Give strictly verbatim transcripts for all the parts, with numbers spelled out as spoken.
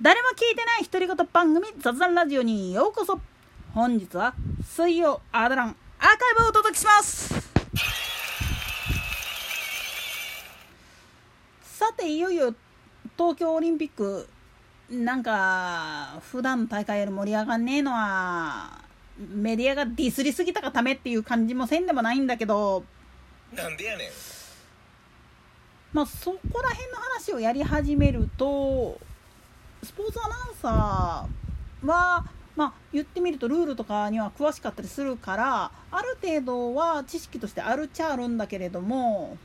誰も聞いてない独り言番組雑談ラジオにようこそ。本日は水曜アドランアーカイブをお届けします。さて、いよいよ東京オリンピック、なんか普段の大会より盛り上がんねえのはメディアがディスりすぎたがためっていう感じもせんでもないんだけど、 なんでやねん。 まあそこら辺の話をやり始めると、スポーツアナウンサーはまあ言ってみるとルールとかには詳しかったりするから、ある程度は知識としてあるっちゃあるんだけれども、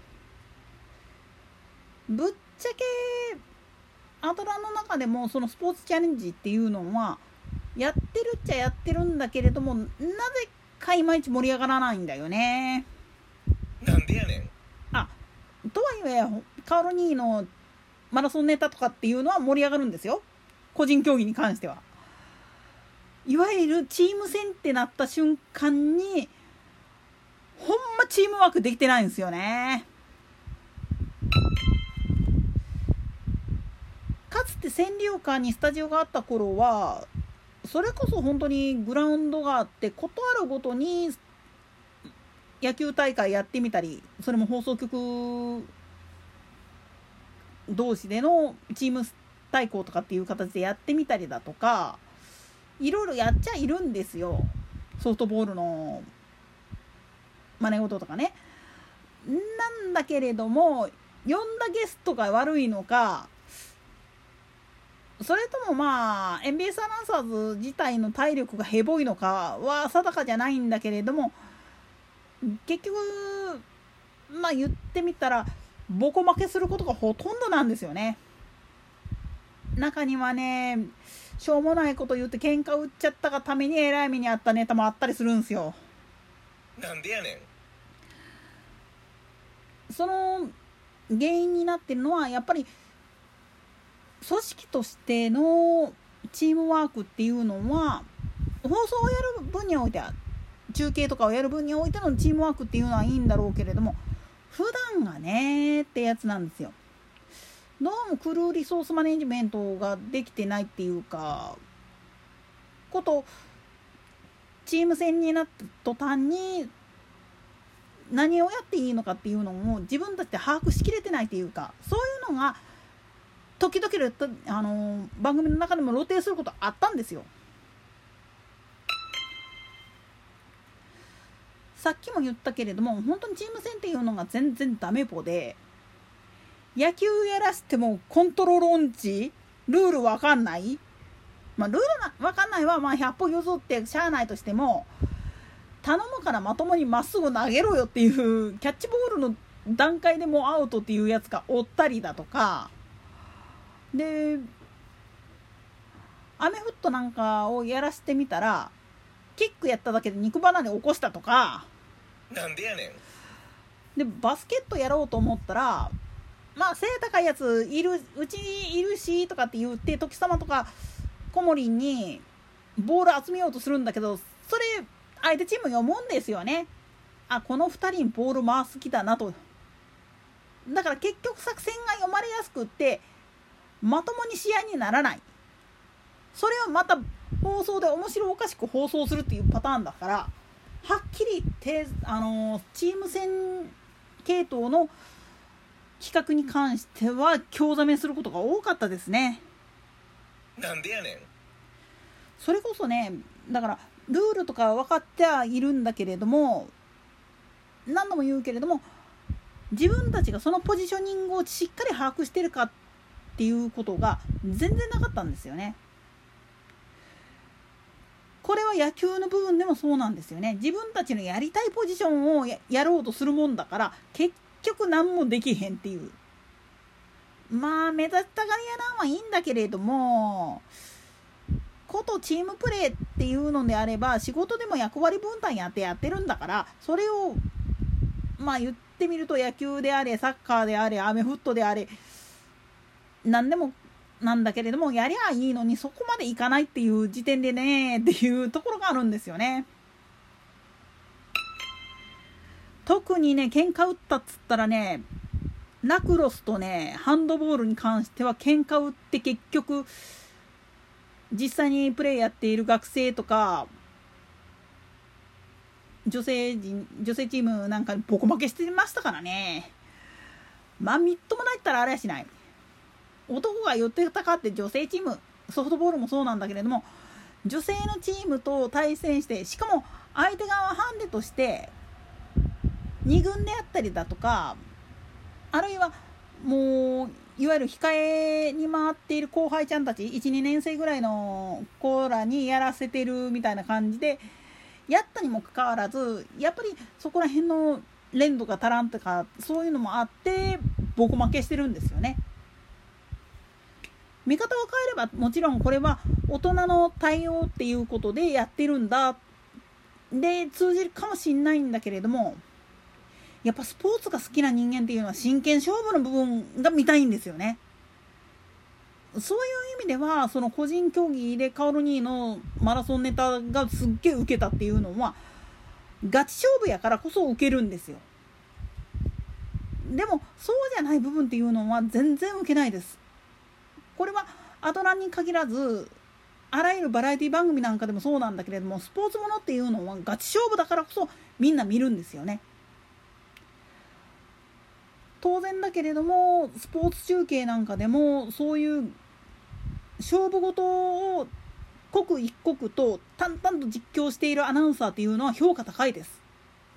ぶっちゃけアドランの中でもそのスポーツチャレンジっていうのはやってるっちゃやってるんだけれども、なぜかいまいち盛り上がらないんだよね。 なんでやねん。 あ、とはいえカーロニーのマラソンネタとかっていうのは盛り上がるんですよ、個人競技に関しては。いわゆるチーム戦ってなった瞬間にほんまチームワークできてないんですよね。かつて千里丘にスタジオがあった頃はそれこそ本当にグラウンドがあって、ことあるごとに野球大会やってみたり、それも放送局同士でのチーム対抗とかっていう形でやってみたりだとか、いろいろやっちゃいるんですよ。ソフトボールの真似事とかね。なんだけれども、呼んだゲストが悪いのか、それともまあ エムビーエス アナウンサーズ自体の体力がヘボいのかは定かじゃないんだけれども、結局まあ言ってみたらボコ負けすることがほとんどなんですよね。中にはね、しょうもないこと言って喧嘩売っちゃったがためにえらい目にあったネタもあったりするんですよ。 なんでやねん。その原因になってるのはやっぱり組織としてのチームワークっていうのは、放送をやる分においては、中継とかをやる分においてのチームワークっていうのはいいんだろうけれども、普段がねってやつなんですよ。どうもクルーリソースマネジメントができてないっていうかこと、チーム戦になった途端に何をやっていいのかっていうのを自分たちで把握しきれてないっていうか、そういうのが時々あの番組の中でも露呈することあったんですよ。さっきも言ったけれども、本当にチーム戦っていうのが全然ダメポで、野球やらせてもコントロール音痴、ルールわかんない、まあルールわかんないはまあひゃっぽ譲ってしゃあないとしても、頼むからまともにまっすぐ投げろよっていうキャッチボールの段階でもうアウトっていうやつがおったりだとかで、アメフットなんかをやらせてみたらキックやっただけで肉離れ起こしたとか。 なんでやねん。でバスケットやろうと思ったら、まあ背高いやついるうちにいるしとかって言って、時様とかコモリンにボール集めようとするんだけど、それ相手チーム読むんですよね。あ、このふたりにボール回す気だなと。だから結局作戦が読まれやすくってまともに試合にならない。それをまた放送で面白おかしく放送するっていうパターンだから、はっきり言って、あのチーム戦系統の企画に関しては興ざめすることが多かったですね。 なんでやねん。 それこそね、だからルールとか分かってはいるんだけれども、何度も言うけれども、自分たちがそのポジショニングをしっかり把握してるかっていうことが全然なかったんですよね。これは野球の部分でもそうなんですよね。自分たちのやりたいポジションを や, やろうとするもんだから結局何もできへんっていう。まあ目立ったがり屋なんはいいんだけれども、ことチームプレーっていうのであれば仕事でも役割分担やってやってるんだから、それをまあ言ってみると野球であれサッカーであれアメフットであれ何でもなんだけれども、やりゃいいのにそこまでいかないっていう時点でねっていうところがあるんですよね。特にね、喧嘩打ったっつったらね、ラクロスとねハンドボールに関しては喧嘩打って結局実際にプレーやっている学生とか女性陣女性チームなんかにボコ負けしてましたからね。まあみっともないったらあれやしない。男が寄ってたかって女性チーム、ソフトボールもそうなんだけれども、女性のチームと対戦して、しかも相手側ハンデとしてに軍であったりだとか、あるいはもういわゆる控えに回っている後輩ちゃんたち いち,に 年生ぐらいの子らにやらせてるみたいな感じでやったにもかかわらず、やっぱりそこら辺の連度が足らんとかそういうのもあってボコ負けしてるんですよね。見方を変えればもちろんこれは大人の対応っていうことでやってるんだで通じるかもしれないんだけれども、やっぱスポーツが好きな人間っていうのは真剣勝負の部分が見たいんですよね。そういう意味ではその個人競技でカオル兄のマラソンネタがすっげえ受けたっていうのはガチ勝負やからこそ受けるんですよ。でもそうじゃない部分っていうのは全然受けないです。これはアドランに限らずあらゆるバラエティ番組なんかでもそうなんだけれども、スポーツものっていうのはガチ勝負だからこそみんな見るんですよね。当然だけれどもスポーツ中継なんかでもそういう勝負事を刻一刻と淡々と実況しているアナウンサーっていうのは評価高いです。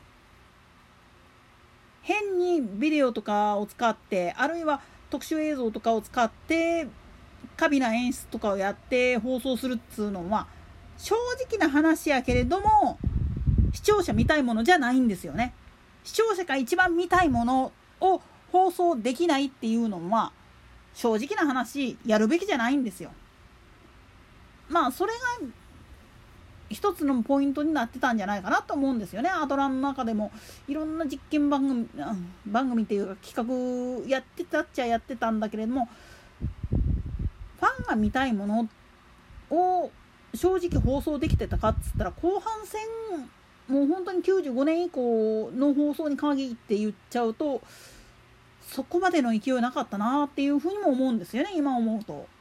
変にビデオとかを使ってあるいは特殊映像とかを使って過敏な演出とかをやって放送するっつうのは正直な話やけれども視聴者見たいものじゃないんですよね。視聴者が一番見たいものを放送できないっていうのは正直な話やるべきじゃないんですよ。まあそれが一つのポイントになってたんじゃないかなと思うんですよね。アドランの中でもいろんな実験番組番組っていうか企画やってたっちゃやってたんだけれども、ファンが見たいものを正直放送できてたかっつったら後半戦もう本当にきゅうじゅうごねん以降の放送に限って言っちゃうとそこまでの勢いなかったなっていうふうにも思うんですよね、今思うと。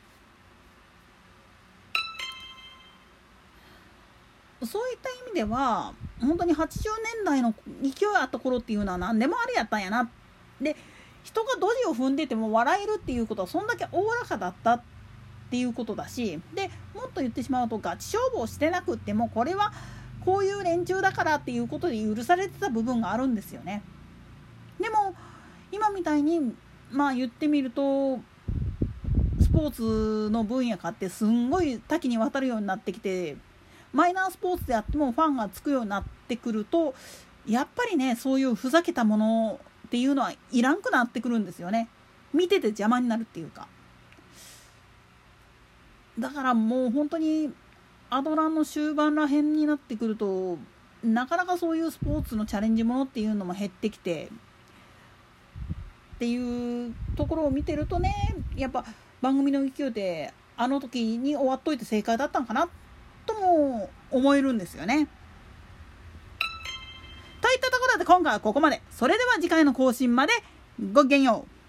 そういった意味では本当にはちじゅうねんだいの勢いあった頃っていうのは何でもありやったんやな。で人がドジを踏んでても笑えるっていうことはそんだけおおらかだったっていうことだし、でもっと言ってしまうとガチ勝負をしてなくってもこれはこういう連中だからっていうことで許されてた部分があるんですよね。でも今みたいにまあ言ってみるとスポーツの分野かってすんごい多岐にわたるようになってきて、マイナースポーツであってもファンがつくようになってくるとやっぱりねそういうふざけたものっていうのはいらんくなってくるんですよね。見てて邪魔になるっていうか。だからもう本当にアドランの終盤ら辺になってくるとなかなかそういうスポーツのチャレンジものっていうのも減ってきてっていうところを見てるとね、やっぱ番組の勢いであの時に終わっといて正解だったんかなとも思えるんですよね。といったところで今回はここまで。それでは次回の更新までごきげんよう。